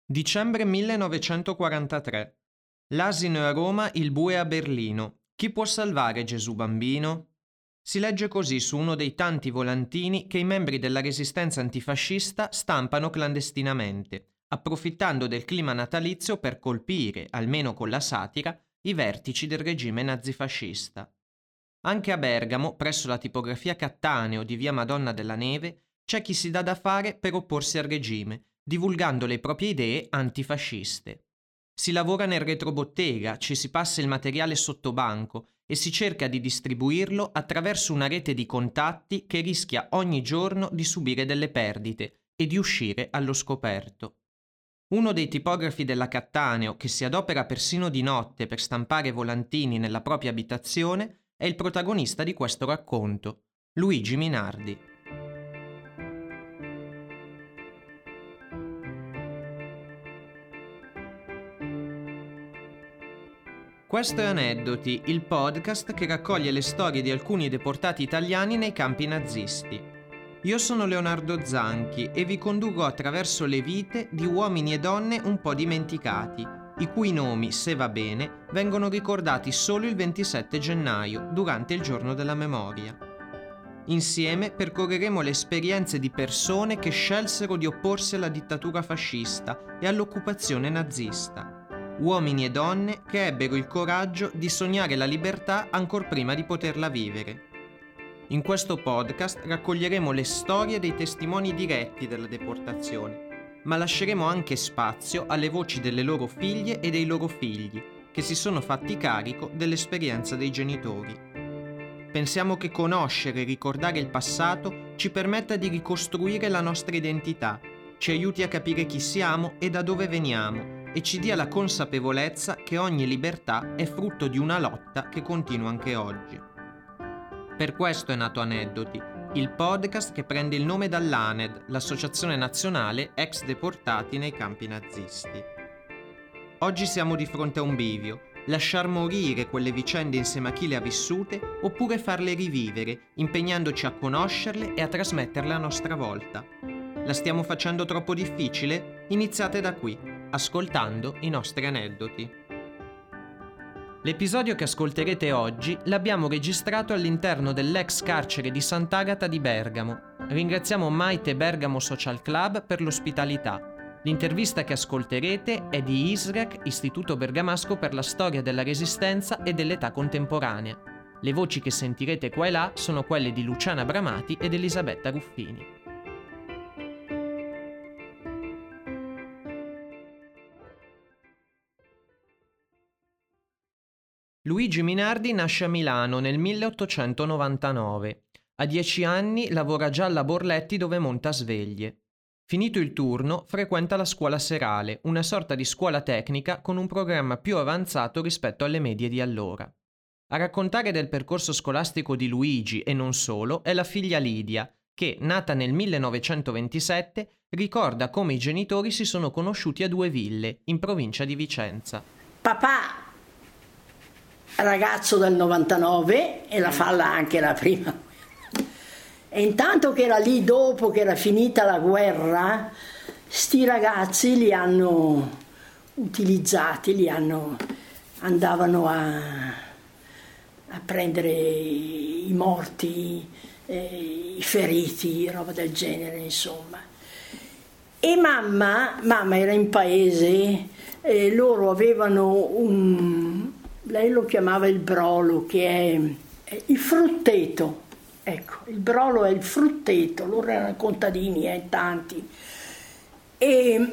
Dicembre 1943. L'asino è a Roma, il bue a Berlino. Chi può salvare Gesù bambino? Si legge così su uno dei tanti volantini che i membri della resistenza antifascista stampano clandestinamente, approfittando del clima natalizio per colpire, almeno con la satira, i vertici del regime nazifascista. Anche a Bergamo, presso la tipografia Cattaneo di via Madonna della Neve, c'è chi si dà da fare per opporsi al regime, divulgando le proprie idee antifasciste. Si lavora nel retrobottega, ci si passa il materiale sotto banco e si cerca di distribuirlo attraverso una rete di contatti che rischia ogni giorno di subire delle perdite e di uscire allo scoperto. Uno dei tipografi della Cattaneo, che si adopera persino di notte per stampare volantini nella propria abitazione, è il protagonista di questo racconto, Luigi Minardi. Questo è Aneddoti, il podcast che raccoglie le storie di alcuni deportati italiani nei campi nazisti. Io sono Leonardo Zanchi e vi condurrò attraverso le vite di uomini e donne un po' dimenticati, i cui nomi, se va bene, vengono ricordati solo il 27 gennaio, durante il giorno della memoria. Insieme percorreremo le esperienze di persone che scelsero di opporsi alla dittatura fascista e all'occupazione nazista. Uomini e donne che ebbero il coraggio di sognare la libertà ancor prima di poterla vivere. In questo podcast raccoglieremo le storie dei testimoni diretti della deportazione, ma lasceremo anche spazio alle voci delle loro figlie e dei loro figli, che si sono fatti carico dell'esperienza dei genitori. Pensiamo che conoscere e ricordare il passato ci permetta di ricostruire la nostra identità, ci aiuti a capire chi siamo e da dove veniamo, e ci dia la consapevolezza che ogni libertà è frutto di una lotta che continua anche oggi. Per questo è nato Aneddoti, il podcast che prende il nome dall'ANED, l'associazione nazionale ex deportati nei campi nazisti. Oggi siamo di fronte a un bivio: lasciar morire quelle vicende insieme a chi le ha vissute oppure farle rivivere, impegnandoci a conoscerle e a trasmetterle a nostra volta. La stiamo facendo troppo difficile? Iniziate da qui, ascoltando i nostri aneddoti. L'episodio che ascolterete oggi l'abbiamo registrato all'interno dell'ex carcere di Sant'Agata di Bergamo. Ringraziamo Maite Bergamo Social Club per l'ospitalità. L'intervista che ascolterete è di ISREC, Istituto Bergamasco per la Storia della Resistenza e dell'Età Contemporanea. Le voci che sentirete qua e là sono quelle di Luciana Bramati ed Elisabetta Ruffini. Luigi Minardi nasce a Milano nel 1899. A 10 anni lavora già alla Borletti dove monta sveglie. Finito il turno, frequenta la scuola serale, una sorta di scuola tecnica con un programma più avanzato rispetto alle medie di allora. A raccontare del percorso scolastico di Luigi e non solo è la figlia Lidia, che, nata nel 1927, ricorda come i genitori si sono conosciuti a Due Ville, in provincia di Vicenza. Papà, ragazzo del 99, e la falla anche la prima. E intanto che era lì, dopo che era finita la guerra, sti ragazzi li hanno utilizzati, andavano a prendere i morti, i feriti, roba del genere, insomma. E mamma era in paese, loro avevano lei lo chiamava il brolo, che è il frutteto. Ecco, il brolo è il frutteto, loro erano contadini, tanti. E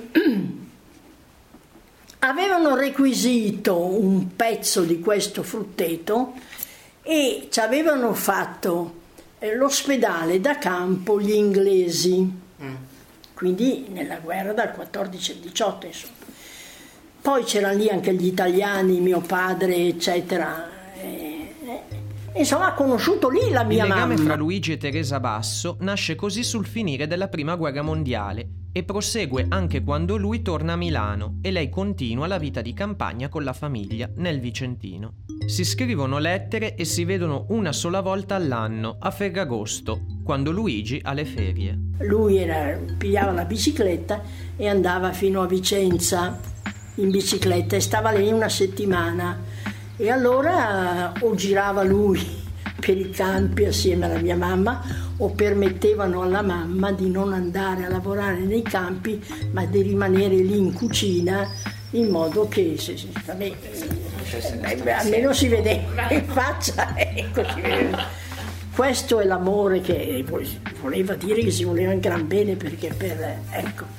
avevano requisito un pezzo di questo frutteto e ci avevano fatto l'ospedale da campo gli inglesi, quindi nella guerra dal 14 al 18, insomma. Poi c'erano lì anche gli italiani, mio padre, eccetera. Insomma, ha conosciuto lì la mia mamma. Il legame fra Luigi e Teresa Basso nasce così sul finire della Prima Guerra Mondiale e prosegue anche quando lui torna a Milano e lei continua la vita di campagna con la famiglia nel Vicentino. Si scrivono lettere e si vedono una sola volta all'anno, a Ferragosto, quando Luigi ha le ferie. Lui pigliava la bicicletta e andava fino a Vicenza in bicicletta e stava lì una settimana. E allora o girava lui per i campi assieme alla mia mamma o permettevano alla mamma di non andare a lavorare nei campi ma di rimanere lì in cucina, in modo che almeno si vedeva in faccia. Ecco, si vedeva. Questo è l'amore che voleva dire che si voleva un gran bene, perché ecco.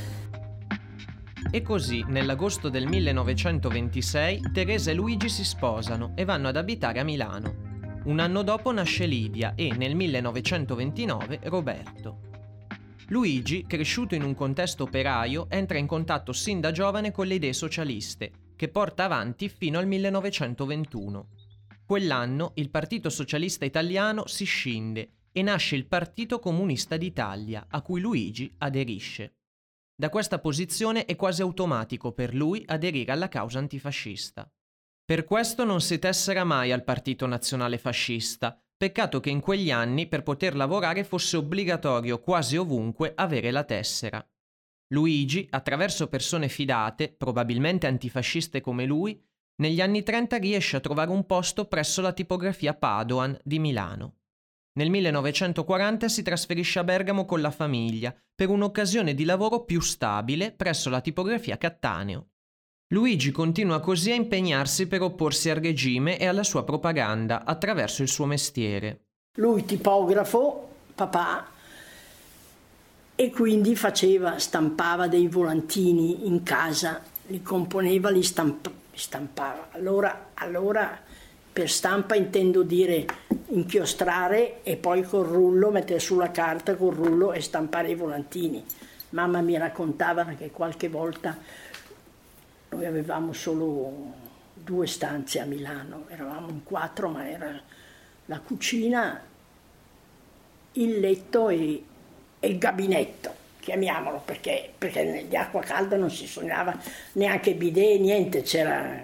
E così, nell'agosto del 1926, Teresa e Luigi si sposano e vanno ad abitare a Milano. Un anno dopo nasce Lidia e, nel 1929, Roberto. Luigi, cresciuto in un contesto operaio, entra in contatto sin da giovane con le idee socialiste, che porta avanti fino al 1921. Quell'anno il Partito Socialista Italiano si scinde e nasce il Partito Comunista d'Italia, a cui Luigi aderisce. Da questa posizione è quasi automatico per lui aderire alla causa antifascista. Per questo non si tessera mai al Partito Nazionale Fascista, peccato che in quegli anni per poter lavorare fosse obbligatorio quasi ovunque avere la tessera. Luigi, attraverso persone fidate, probabilmente antifasciste come lui, negli anni 30 riesce a trovare un posto presso la tipografia Padoan di Milano. Nel 1940 si trasferisce a Bergamo con la famiglia per un'occasione di lavoro più stabile presso la tipografia Cattaneo. Luigi continua così a impegnarsi per opporsi al regime e alla sua propaganda attraverso il suo mestiere. Lui tipografo, papà, e quindi stampava dei volantini in casa, li componeva, li stampava. Allora per stampa intendo dire inchiostrare e poi col rullo, mettere sulla carta col rullo e stampare i volantini. Mamma mi raccontava che qualche volta noi avevamo solo 2 stanze a Milano, eravamo in 4, ma era la cucina, il letto e il gabinetto, chiamiamolo, perché di acqua calda non si sognava, neanche bidet, niente, c'era.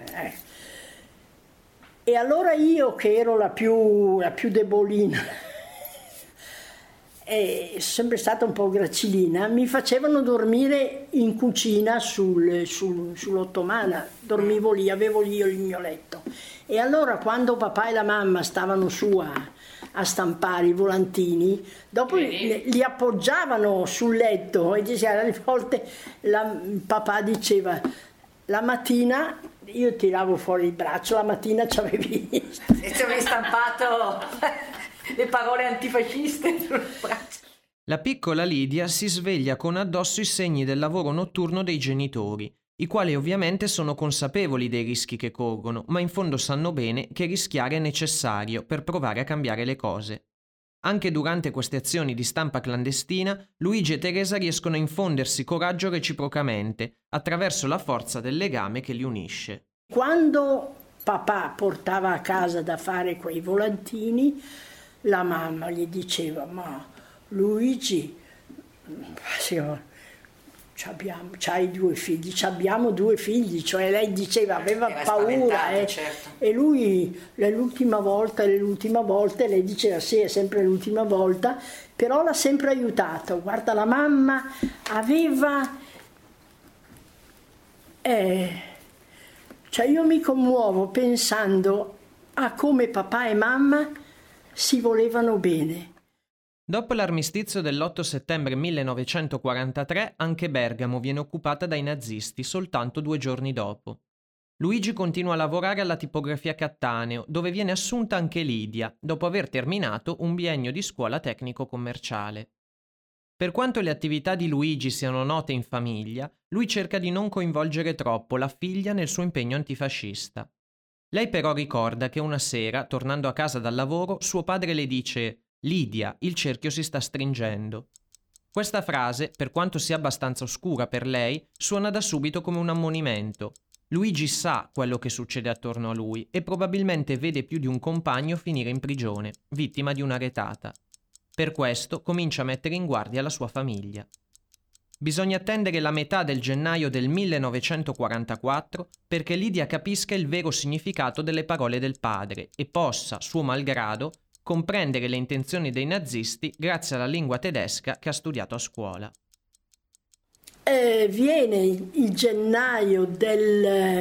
E allora io, che ero la più debolina e sempre stata un po' gracilina, mi facevano dormire in cucina sull'ottomana, dormivo lì, avevo lì il mio letto. E allora quando papà e la mamma stavano su a stampare i volantini, dopo li appoggiavano sul letto e diceva, alle volte papà diceva, la mattina io tiravo fuori il braccio, la mattina c'avevi e ci avevi stampato le parole antifasciste sul braccio. La piccola Lidia si sveglia con addosso i segni del lavoro notturno dei genitori, i quali ovviamente sono consapevoli dei rischi che corrono, ma in fondo sanno bene che rischiare è necessario per provare a cambiare le cose. Anche durante queste azioni di stampa clandestina, Luigi e Teresa riescono a infondersi coraggio reciprocamente, attraverso la forza del legame che li unisce. Quando papà portava a casa da fare quei volantini, la mamma gli diceva, ma Luigi, c'hai 2 figli, abbiamo 2 figli, cioè lei diceva, aveva paura, certo. E lui l'ultima volta, lei diceva sì, è sempre l'ultima volta, però l'ha sempre aiutato. Guarda, la mamma aveva, cioè io mi commuovo pensando a come papà e mamma si volevano bene. Dopo l'armistizio dell'8 settembre 1943, anche Bergamo viene occupata dai nazisti soltanto 2 giorni dopo. Luigi continua a lavorare alla tipografia Cattaneo, dove viene assunta anche Lidia, dopo aver terminato un biennio di scuola tecnico-commerciale. Per quanto le attività di Luigi siano note in famiglia, lui cerca di non coinvolgere troppo la figlia nel suo impegno antifascista. Lei però ricorda che una sera, tornando a casa dal lavoro, suo padre le dice «Lidia, il cerchio si sta stringendo». Questa frase, per quanto sia abbastanza oscura per lei, suona da subito come un ammonimento. Luigi sa quello che succede attorno a lui e probabilmente vede più di un compagno finire in prigione, vittima di una retata. Per questo comincia a mettere in guardia la sua famiglia. Bisogna attendere la metà del gennaio del 1944 perché Lidia capisca il vero significato delle parole del padre e possa, suo malgrado, comprendere le intenzioni dei nazisti grazie alla lingua tedesca che ha studiato a scuola. Viene il gennaio del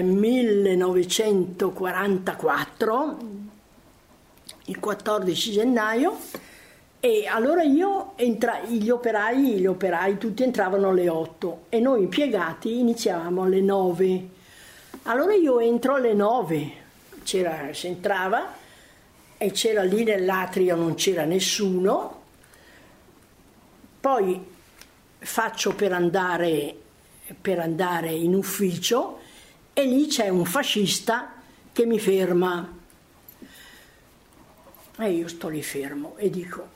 1944, il 14 gennaio, e allora gli operai tutti entravano alle 8 e noi impiegati iniziavamo alle 9. Allora io entro alle 9, si entrava e c'era lì nell'atrio, non c'era nessuno, poi faccio per andare in ufficio e lì c'è un fascista che mi ferma e io sto lì fermo e dico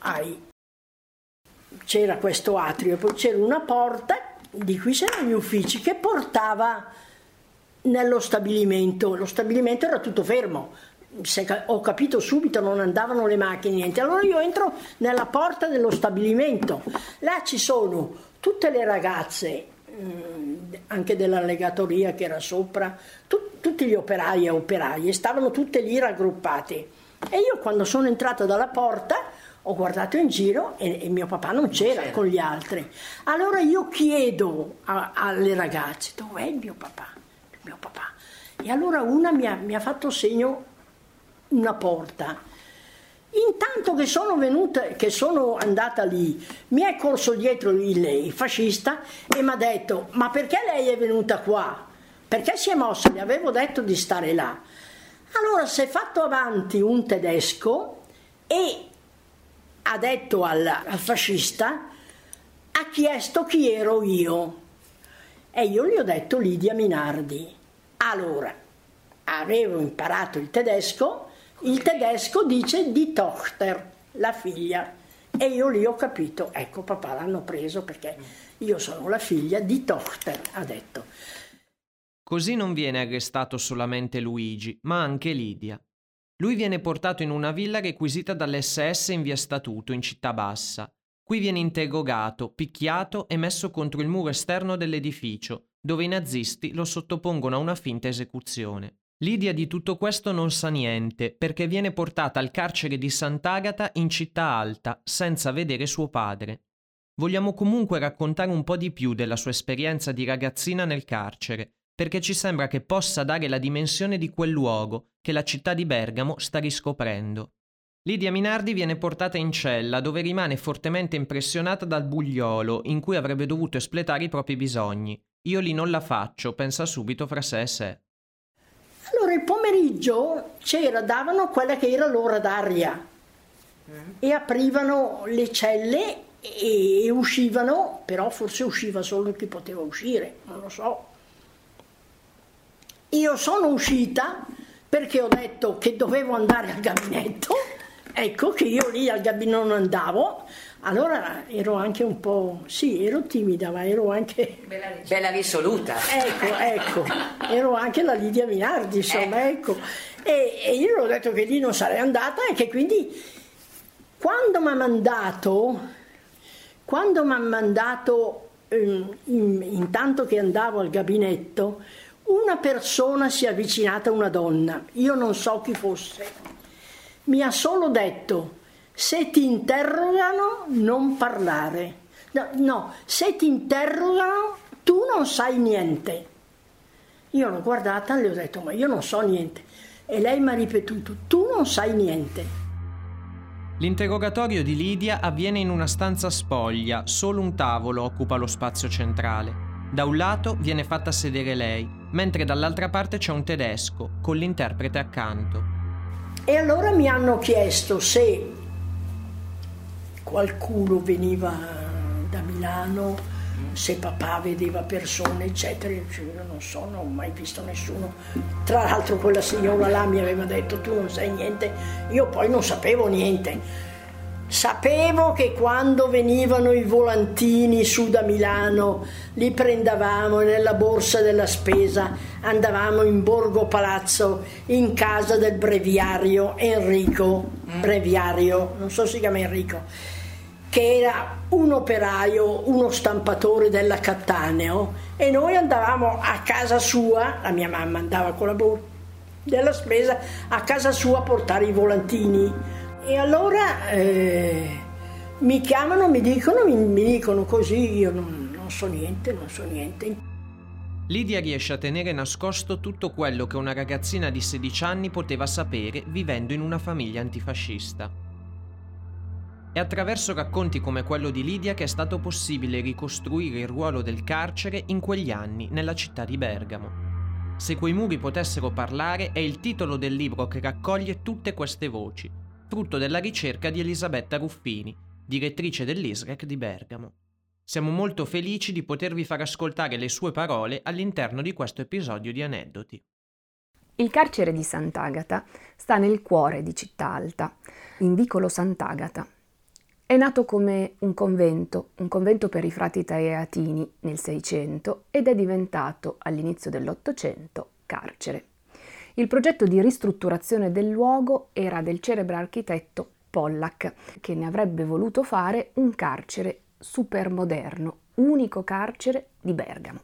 c'era questo atrio e poi c'era una porta, di qui c'erano gli uffici che portava nello stabilimento. Lo stabilimento era tutto fermo, ho capito subito, non andavano le macchine, niente. Allora io entro nella porta dello stabilimento, là ci sono tutte le ragazze, anche della legatoria che era sopra, tutti gli operai e operaie, stavano tutte lì raggruppate. E io quando sono entrata dalla porta ho guardato in giro e mio papà non c'era con gli altri. Allora io chiedo alle ragazze: dov'è il mio papà? Il mio papà. E allora una mi ha fatto segno una porta. Intanto che sono andata lì, mi è corso dietro il fascista e mi ha detto: ma perché lei è venuta qua? Perché si è mossa? Le avevo detto di stare là. Allora si è fatto avanti un tedesco e ha detto al fascista, ha chiesto chi ero io e io gli ho detto Lidia Minardi. Allora avevo imparato il tedesco dice die Tochter, la figlia, e io lì ho capito, ecco, papà l'hanno preso perché io sono la figlia di Tochter, ha detto. Così non viene arrestato solamente Luigi, ma anche Lidia. Lui viene portato in una villa requisita dall'SS in via Statuto, in Città Bassa. Qui viene interrogato, picchiato e messo contro il muro esterno dell'edificio, dove i nazisti lo sottopongono a una finta esecuzione. Lidia di tutto questo non sa niente, perché viene portata al carcere di Sant'Agata in Città Alta, senza vedere suo padre. Vogliamo comunque raccontare un po' di più della sua esperienza di ragazzina nel carcere, perché ci sembra che possa dare la dimensione di quel luogo che la città di Bergamo sta riscoprendo. Lidia Minardi viene portata in cella dove rimane fortemente impressionata dal bugliolo in cui avrebbe dovuto espletare i propri bisogni. Io lì non la faccio, pensa subito fra sé e sé. Allora il pomeriggio davano quella che era l'ora d'aria e aprivano le celle e uscivano, però forse usciva solo chi poteva uscire, non lo so. Io sono uscita perché ho detto che dovevo andare al gabinetto, ecco che io lì al gabinetto non andavo, allora ero anche un po', sì, ero timida, ma ero anche... Bella risoluta. Ecco, ero anche la Lidia Minardi, insomma, ecco. E io ho detto che lì non sarei andata e che quindi quando mi ha mandato intanto che andavo al gabinetto, una persona si è avvicinata a una donna, io non so chi fosse, mi ha solo detto: se ti interrogano non parlare, no, se ti interrogano tu non sai niente. Io l'ho guardata e le ho detto: ma io non so niente, e lei mi ha ripetuto: tu non sai niente. L'interrogatorio di Lidia avviene in una stanza spoglia, solo un tavolo occupa lo spazio centrale. Da un lato viene fatta sedere lei, mentre dall'altra parte c'è un tedesco, con l'interprete accanto. E allora mi hanno chiesto se qualcuno veniva da Milano, se papà vedeva persone, eccetera. Io non so, non ho mai visto nessuno. Tra l'altro quella signora là mi aveva detto: tu non sai niente. Io poi non sapevo niente. Sapevo che quando venivano i volantini su da Milano li prendevamo e nella borsa della spesa andavamo in Borgo Palazzo in casa del breviario Enrico, breviario, non so se si chiama Enrico, che era un operaio, uno stampatore della Cattaneo, e noi andavamo a casa sua, la mia mamma andava con la borsa della spesa a casa sua a portare i volantini. E allora mi chiamano, mi dicono così, io non so niente. Lidia riesce a tenere nascosto tutto quello che una ragazzina di 16 anni poteva sapere vivendo in una famiglia antifascista. È attraverso racconti come quello di Lidia che è stato possibile ricostruire il ruolo del carcere in quegli anni nella città di Bergamo. Se quei muri potessero parlare è il titolo del libro che raccoglie tutte queste voci, frutto della ricerca di Elisabetta Ruffini, direttrice dell'ISREC di Bergamo. Siamo molto felici di potervi far ascoltare le sue parole all'interno di questo episodio di Aneddoti. Il carcere di Sant'Agata sta nel cuore di Città Alta, in vicolo Sant'Agata. È nato come un convento per i frati taeatini nel Seicento ed è diventato all'inizio dell'Ottocento carcere. Il progetto di ristrutturazione del luogo era del celebre architetto Pollack, che ne avrebbe voluto fare un carcere supermoderno, unico carcere di Bergamo.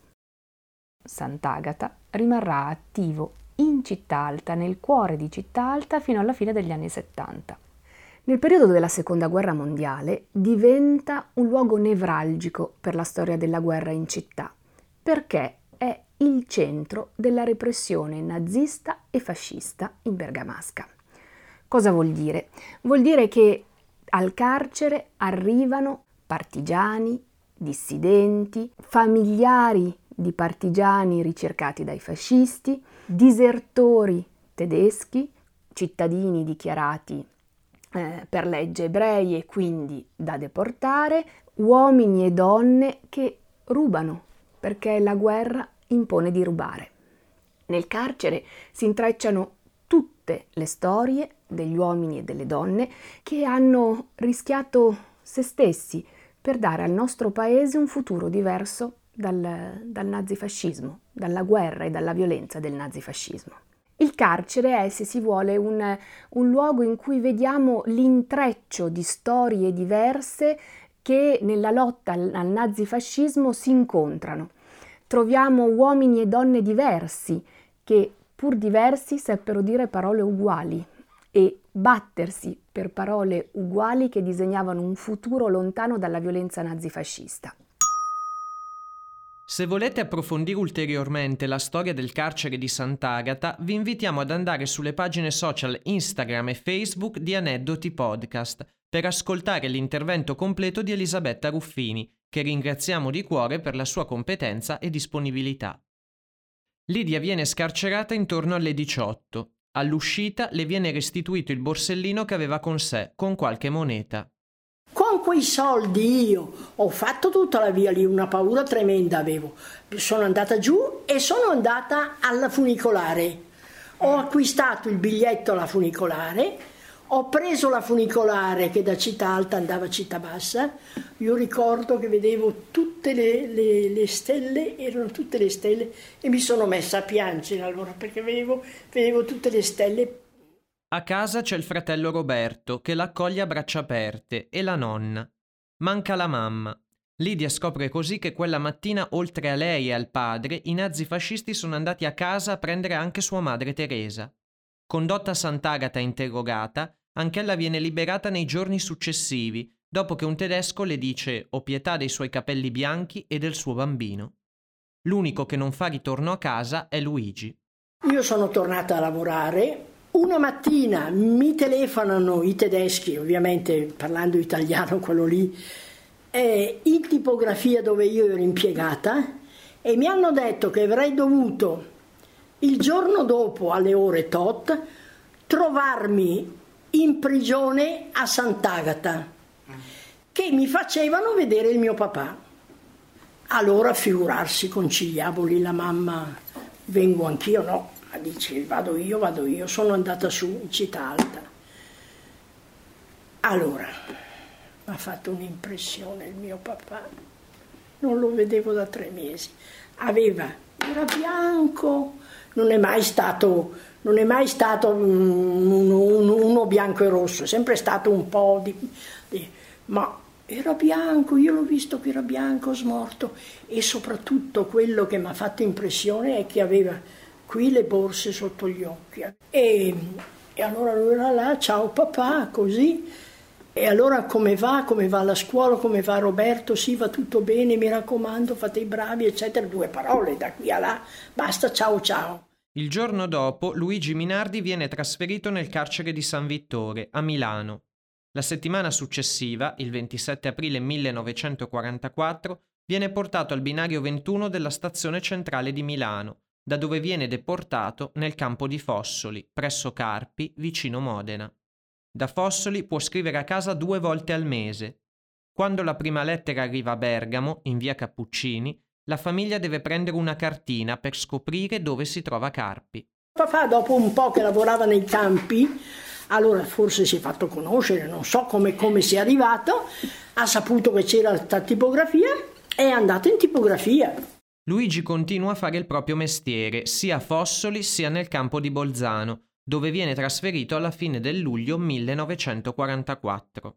Sant'Agata rimarrà attivo in Città Alta, nel cuore di Città Alta, fino alla fine degli anni 70. Nel periodo della Seconda Guerra Mondiale diventa un luogo nevralgico per la storia della guerra in città, perché è il centro della repressione nazista e fascista in bergamasca. Cosa vuol dire? Vuol dire che al carcere arrivano partigiani, dissidenti, familiari di partigiani ricercati dai fascisti, disertori tedeschi, cittadini dichiarati per legge ebrei e quindi da deportare, uomini e donne che rubano, perché la guerra impone di rubare. Nel carcere si intrecciano tutte le storie degli uomini e delle donne che hanno rischiato se stessi per dare al nostro paese un futuro diverso dal nazifascismo, dalla guerra e dalla violenza del nazifascismo. Il carcere è, se si vuole, un luogo in cui vediamo l'intreccio di storie diverse che nella lotta al nazifascismo si incontrano. Troviamo uomini e donne diversi che, pur diversi, seppero dire parole uguali e battersi per parole uguali che disegnavano un futuro lontano dalla violenza nazifascista. Se volete approfondire ulteriormente la storia del carcere di Sant'Agata, vi invitiamo ad andare sulle pagine social Instagram e Facebook di Aneddoti Podcast per ascoltare l'intervento completo di Elisabetta Ruffini, che ringraziamo di cuore per la sua competenza e disponibilità. Lidia viene scarcerata intorno alle 18. All'uscita le viene restituito il borsellino che aveva con sé, con qualche moneta. Con quei soldi io ho fatto tutta la via lì, una paura tremenda avevo. Sono andata giù e sono andata alla funicolare. Ho acquistato il biglietto alla funicolare, ho preso la funicolare che da Città Alta andava a Città Bassa. Io ricordo che vedevo tutte le stelle, erano tutte le stelle, e mi sono messa a piangere allora perché vedevo tutte le stelle. A casa c'è il fratello Roberto che l'accoglie a braccia aperte e la nonna. Manca la mamma. Lidia scopre così che quella mattina, oltre a lei e al padre, i nazifascisti sono andati a casa a prendere anche sua madre Teresa. Condotta a Sant'Agata e interrogata, anch'ella viene liberata nei giorni successivi, dopo che un tedesco le dice «Ho pietà dei suoi capelli bianchi e del suo bambino». L'unico che non fa ritorno a casa è Luigi. Io sono tornata a lavorare. Una mattina mi telefonano i tedeschi, ovviamente parlando italiano quello lì, in tipografia dove io ero impiegata, e mi hanno detto che avrei dovuto il giorno dopo alle ore tot trovarmi in prigione a Sant'Agata, che mi facevano vedere il mio papà. Allora figurarsi, conciliavo lì la mamma, vengo anch'io, no? Ma dice vado io, sono andata su in Città Alta. Allora, mi ha fatto un'impressione il mio papà, non lo vedevo da 3 mesi, era bianco, non è mai stato uno bianco e rosso, è sempre stato un po' ma era bianco, io l'ho visto che era bianco, smorto, e soprattutto quello che mi ha fatto impressione è che aveva qui le borse sotto gli occhi e E allora lui era là, ciao papà, così. E allora come va la scuola, come va Roberto? Sì, va tutto bene, mi raccomando, fate i bravi, eccetera. 2 parole da qui a là, basta, ciao ciao. Il giorno dopo Luigi Minardi viene trasferito nel carcere di San Vittore, a Milano. La settimana successiva, il 27 aprile 1944, viene portato al binario 21 della stazione centrale di Milano, da dove viene deportato nel campo di Fossoli, presso Carpi, vicino Modena. Da Fossoli può scrivere a casa 2 volte al mese. Quando la prima lettera arriva a Bergamo, in via Cappuccini, la famiglia deve prendere una cartina per scoprire dove si trova Carpi. Papà, dopo un po' che lavorava nei campi, allora forse si è fatto conoscere, non so come sia arrivato, ha saputo che c'era la tipografia e è andato in tipografia. Luigi continua a fare il proprio mestiere, sia a Fossoli sia nel campo di Bolzano, dove viene trasferito alla fine del luglio 1944.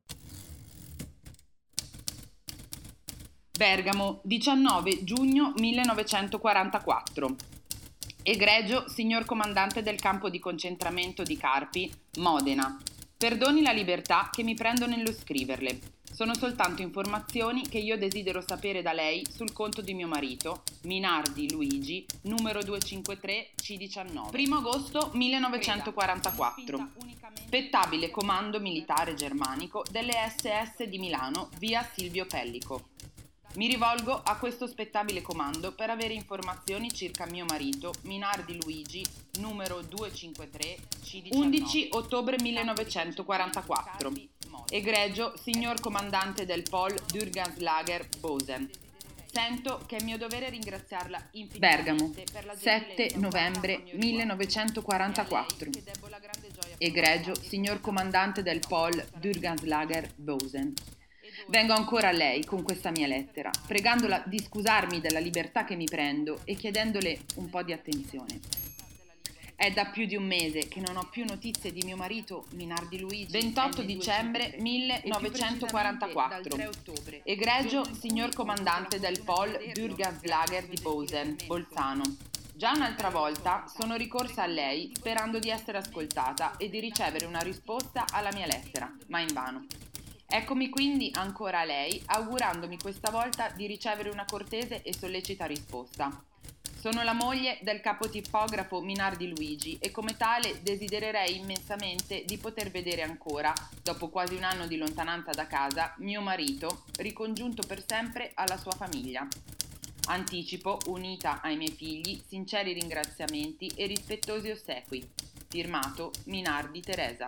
Bergamo, 19 giugno 1944. Egregio signor comandante del campo di concentramento di Carpi, Modena. Perdoni la libertà che mi prendo nello scriverle. Sono soltanto informazioni che io desidero sapere da lei sul conto di mio marito, Minardi Luigi, numero 253 C19. 1 agosto 1944. Spettabile comando militare germanico delle SS di Milano, via Silvio Pellico. Mi rivolgo a questo spettabile comando per avere informazioni circa mio marito, Minardi Luigi, numero 253 C19. 11 ottobre 1944. Egregio signor comandante del Pol Durganslager Bosen. Sento che è mio dovere ringraziarla infinitamente per la 7 novembre 1944. Egregio signor comandante del Pol Durganslager Bosen. Vengo ancora a lei con questa mia lettera, pregandola di scusarmi della libertà che mi prendo e chiedendole un po' di attenzione. È da più di un mese che non ho più notizie di mio marito, Minardi Luigi. 28 dicembre 1944. Egregio signor comandante del Pol Durganslager di Bosen, Bolzano. Già un'altra volta sono ricorsa a lei sperando di essere ascoltata e di ricevere una risposta alla mia lettera, ma invano. Eccomi quindi ancora a lei, augurandomi questa volta di ricevere una cortese e sollecita risposta. Sono la moglie del capotipografo Minardi Luigi e come tale desidererei immensamente di poter vedere ancora, dopo quasi un anno di lontananza da casa, mio marito, ricongiunto per sempre alla sua famiglia. Anticipo, unita ai miei figli, sinceri ringraziamenti e rispettosi ossequi. Firmato Minardi Teresa.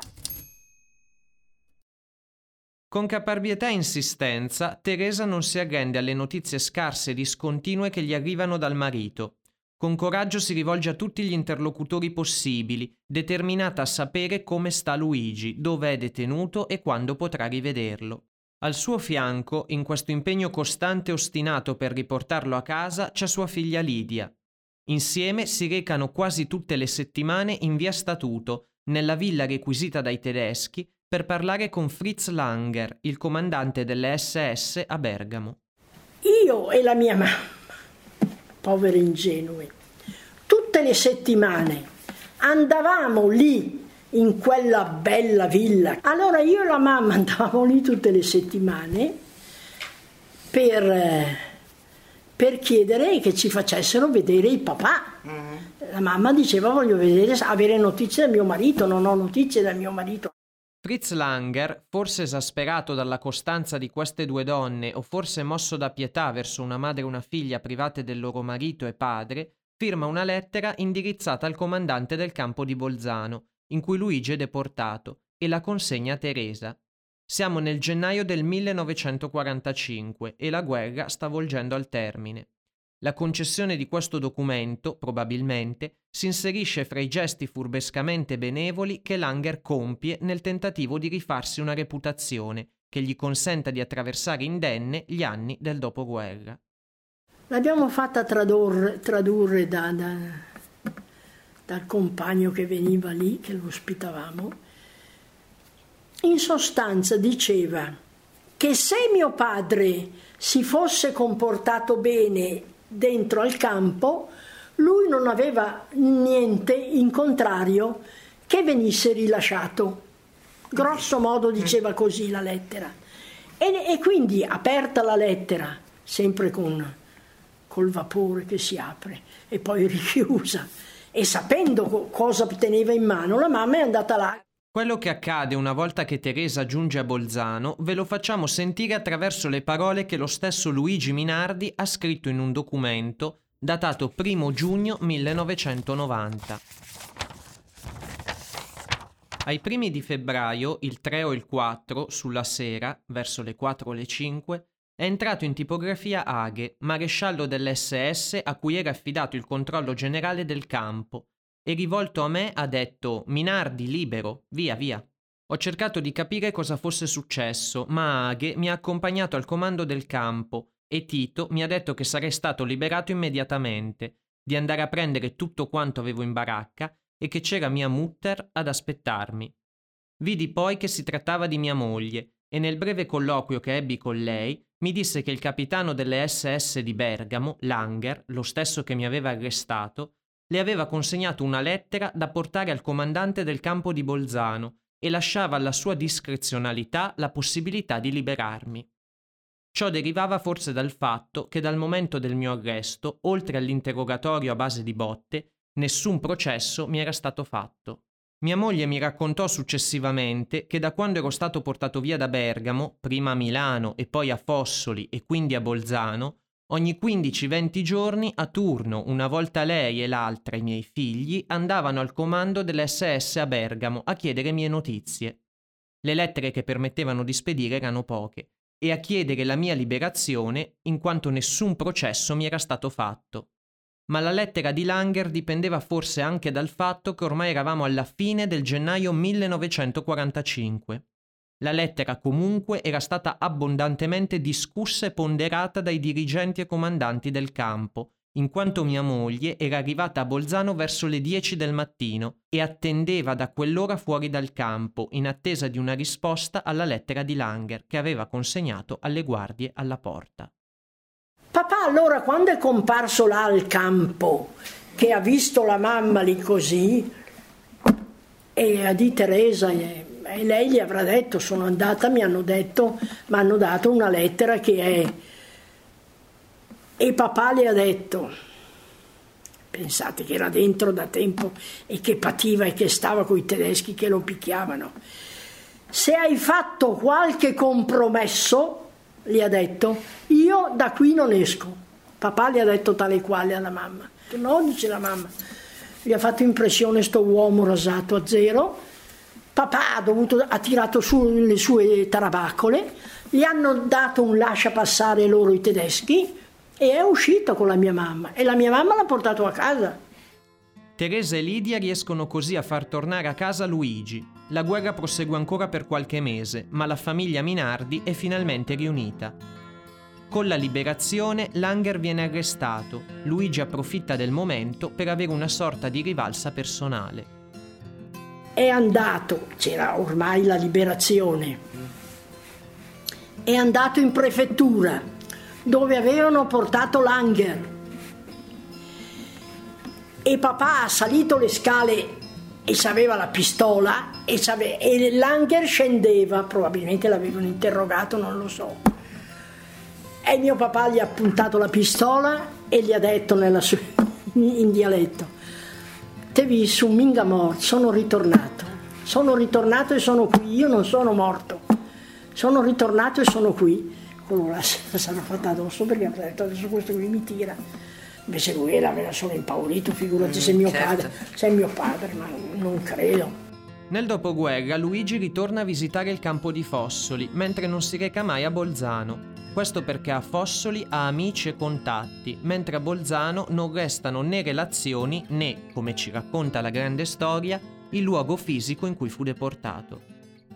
Con caparbietà e insistenza, Teresa non si arrende alle notizie scarse e discontinue che gli arrivano dal marito. Con coraggio si rivolge a tutti gli interlocutori possibili, determinata a sapere come sta Luigi, dove è detenuto e quando potrà rivederlo. Al suo fianco, in questo impegno costante e ostinato per riportarlo a casa, c'è sua figlia Lidia. Insieme si recano quasi tutte le settimane in via Statuto, nella villa requisita dai tedeschi, per parlare con Fritz Langer, il comandante delle SS a Bergamo. Io e la mia mamma, poveri ingenui, tutte le settimane andavamo lì in quella bella villa. Allora io e la mamma andavamo lì tutte le settimane per chiedere che ci facessero vedere il papà. La mamma diceva voglio avere notizie del mio marito, non ho notizie del mio marito. Fritz Langer, forse esasperato dalla costanza di queste 2 donne o forse mosso da pietà verso una madre e una figlia private del loro marito e padre, firma una lettera indirizzata al comandante del campo di Bolzano, in cui Luigi è deportato, e la consegna a Teresa. Siamo nel gennaio del 1945 e la guerra sta volgendo al termine. La concessione di questo documento, probabilmente, si inserisce fra i gesti furbescamente benevoli che Langer compie nel tentativo di rifarsi una reputazione che gli consenta di attraversare indenne gli anni del dopoguerra. L'abbiamo fatta tradurre dal compagno che veniva lì, che lo ospitavamo. In sostanza diceva che se mio padre si fosse comportato bene dentro al campo, lui non aveva niente in contrario che venisse rilasciato. Grosso modo diceva così la lettera. E quindi, aperta la lettera, sempre col vapore che si apre e poi richiusa, e sapendo cosa teneva in mano, la mamma è andata là. Quello che accade una volta che Teresa giunge a Bolzano ve lo facciamo sentire attraverso le parole che lo stesso Luigi Minardi ha scritto in un documento datato 1 giugno 1990. Ai primi di febbraio, il 3 o il 4, sulla sera, verso le 4 o le 5, è entrato in tipografia Aghe, maresciallo dell'SS a cui era affidato il controllo generale del campo, e rivolto a me ha detto «Minardi, libero, via, via». Ho cercato di capire cosa fosse successo, ma Aghe mi ha accompagnato al comando del campo e Tito mi ha detto che sarei stato liberato immediatamente, di andare a prendere tutto quanto avevo in baracca e che c'era mia mutter ad aspettarmi. Vidi poi che si trattava di mia moglie e nel breve colloquio che ebbi con lei mi disse che il capitano delle SS di Bergamo, Langer, lo stesso che mi aveva arrestato, le aveva consegnato una lettera da portare al comandante del campo di Bolzano e lasciava alla sua discrezionalità la possibilità di liberarmi. Ciò derivava forse dal fatto che dal momento del mio arresto, oltre all'interrogatorio a base di botte, nessun processo mi era stato fatto. Mia moglie mi raccontò successivamente che da quando ero stato portato via da Bergamo, prima a Milano e poi a Fossoli e quindi a Bolzano, ogni 15-20 giorni a turno, una volta lei e l'altra i miei figli, andavano al comando dell'SS a Bergamo a chiedere mie notizie. Le lettere che permettevano di spedire erano poche, e a chiedere la mia liberazione in quanto nessun processo mi era stato fatto. Ma la lettera di Langer dipendeva forse anche dal fatto che ormai eravamo alla fine del gennaio 1945. La lettera comunque era stata abbondantemente discussa e ponderata dai dirigenti e comandanti del campo, in quanto mia moglie era arrivata a Bolzano verso le 10 del mattino e attendeva da quell'ora fuori dal campo, in attesa di una risposta alla lettera di Langer che aveva consegnato alle guardie alla porta. Papà allora, quando è comparso là al campo, che ha visto la mamma lì così, e di Teresa, e lei gli avrà detto, sono andata, mi hanno dato una lettera che è... E papà le ha detto, pensate che era dentro da tempo e che pativa e che stava coi tedeschi che lo picchiavano, se hai fatto qualche compromesso, gli ha detto, io da qui non esco. Papà gli ha detto tale quale alla mamma. No, dice la mamma, gli ha fatto impressione sto uomo rasato a zero. Papà ha tirato su le sue tarabaccole, gli hanno dato un lascia passare loro i tedeschi e è uscito con la mia mamma e la mia mamma l'ha portato a casa. Teresa e Lidia riescono così a far tornare a casa Luigi. La guerra prosegue ancora per qualche mese, ma la famiglia Minardi è finalmente riunita. Con la liberazione, Langer viene arrestato. Luigi approfitta del momento per avere una sorta di rivalsa personale. È andato, c'era ormai la liberazione, è andato in prefettura, dove avevano portato Langer. E papà ha salito le scale e aveva la pistola e Langer scendeva, probabilmente l'avevano interrogato, non lo so. E mio papà gli ha puntato la pistola e gli ha detto in dialetto, te vi su minga mort, sono ritornato e sono qui, io non sono morto, sono ritornato e sono qui. Quello sarà fatta addosso perché ha detto adesso questo qui mi tira. Invece lui l'aveva solo impaurito, figurati se è mio padre, ma non credo. Nel dopoguerra Luigi ritorna a visitare il campo di Fossoli, mentre non si reca mai a Bolzano. Questo perché a Fossoli ha amici e contatti, mentre a Bolzano non restano né relazioni né, come ci racconta la grande storia, il luogo fisico in cui fu deportato.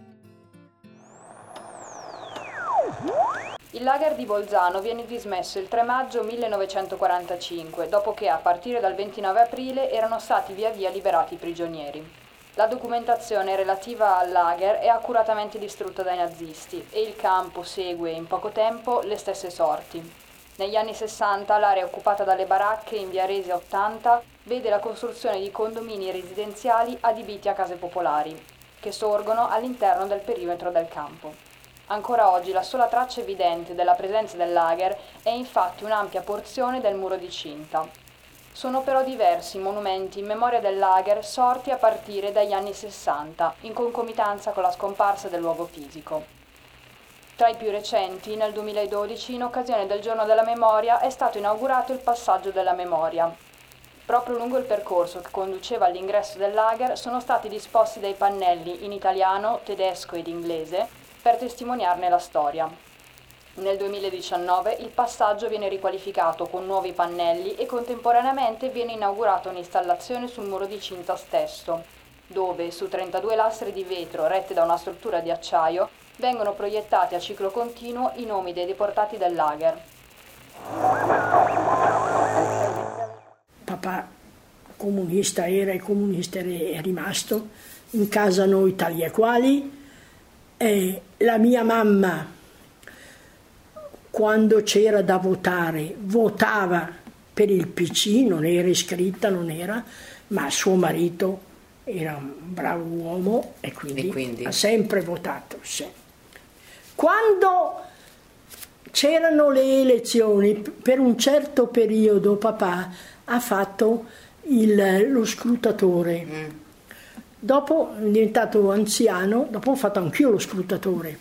Il lager di Bolzano viene dismesso il 3 maggio 1945, dopo che a partire dal 29 aprile erano stati via via liberati i prigionieri. La documentazione relativa al lager è accuratamente distrutta dai nazisti e il campo segue in poco tempo le stesse sorti. Negli anni 60 l'area occupata dalle baracche in via Resia 80 vede la costruzione di condomini residenziali adibiti a case popolari, che sorgono all'interno del perimetro del campo. Ancora oggi la sola traccia evidente della presenza del lager è infatti un'ampia porzione del muro di cinta. Sono però diversi i monumenti in memoria del lager sorti a partire dagli anni 60, in concomitanza con la scomparsa del luogo fisico. Tra i più recenti, nel 2012, in occasione del Giorno della Memoria, è stato inaugurato il Passaggio della Memoria. Proprio lungo il percorso che conduceva all'ingresso del lager sono stati disposti dei pannelli in italiano, tedesco ed inglese per testimoniarne la storia. Nel 2019 il passaggio viene riqualificato con nuovi pannelli e contemporaneamente viene inaugurata un'installazione sul muro di cinta stesso, dove su 32 lastre di vetro rette da una struttura di acciaio vengono proiettati a ciclo continuo i nomi dei deportati del lager. Papà comunista era e comunista è rimasto, in casa noi tagliaquali, e la mia mamma, quando c'era da votare, votava per il PC, non era iscritta, ma suo marito era un bravo uomo e quindi ha sempre votato. Sì. Quando c'erano le elezioni, per un certo periodo papà ha fatto lo scrutatore. Dopo è diventato anziano, dopo ho fatto anch'io lo scrutatore.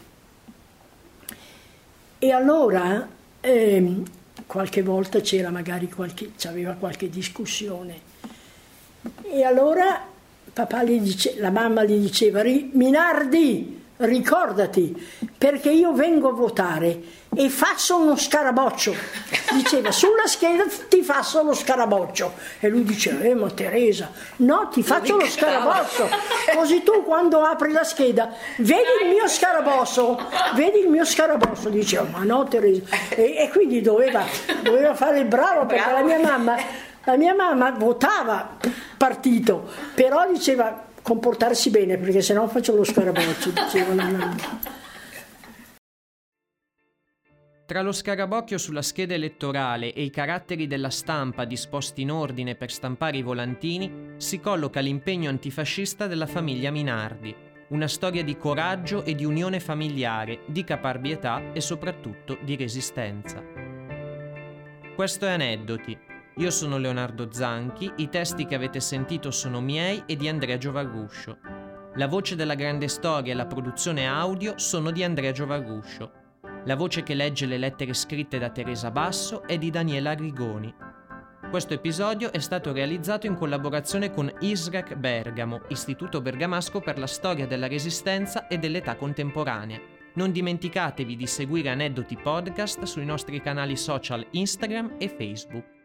E allora qualche volta c'aveva qualche discussione. E allora la mamma gli diceva: Minardi, ricordati, perché io vengo a votare e faccio uno scaraboccio. Diceva: sulla scheda ti faccio lo scaraboccio. E lui diceva: ma Teresa, no, ti faccio lo scaraboccio, così tu quando apri la scheda vedi il mio scaraboccio. Diceva: ma no Teresa. E quindi doveva fare il bravo, perché la mia mamma votava partito, però diceva comportarsi bene, perché sennò faccio lo scaraboccio. Diceva la mamma. Tra lo scarabocchio sulla scheda elettorale e i caratteri della stampa disposti in ordine per stampare i volantini si colloca l'impegno antifascista della famiglia Minardi, una storia di coraggio e di unione familiare, di caparbietà e soprattutto di resistenza. Questo è Aneddoti. Io sono Leonardo Zanchi, i testi che avete sentito sono miei e di Andrea Giovarruscio. La voce della grande storia e la produzione audio sono di Andrea Giovarruscio. La voce che legge le lettere scritte da Teresa Basso è di Daniela Arrigoni. Questo episodio è stato realizzato in collaborazione con ISRAC Bergamo, Istituto Bergamasco per la Storia della Resistenza e dell'Età Contemporanea. Non dimenticatevi di seguire Aneddoti Podcast sui nostri canali social Instagram e Facebook.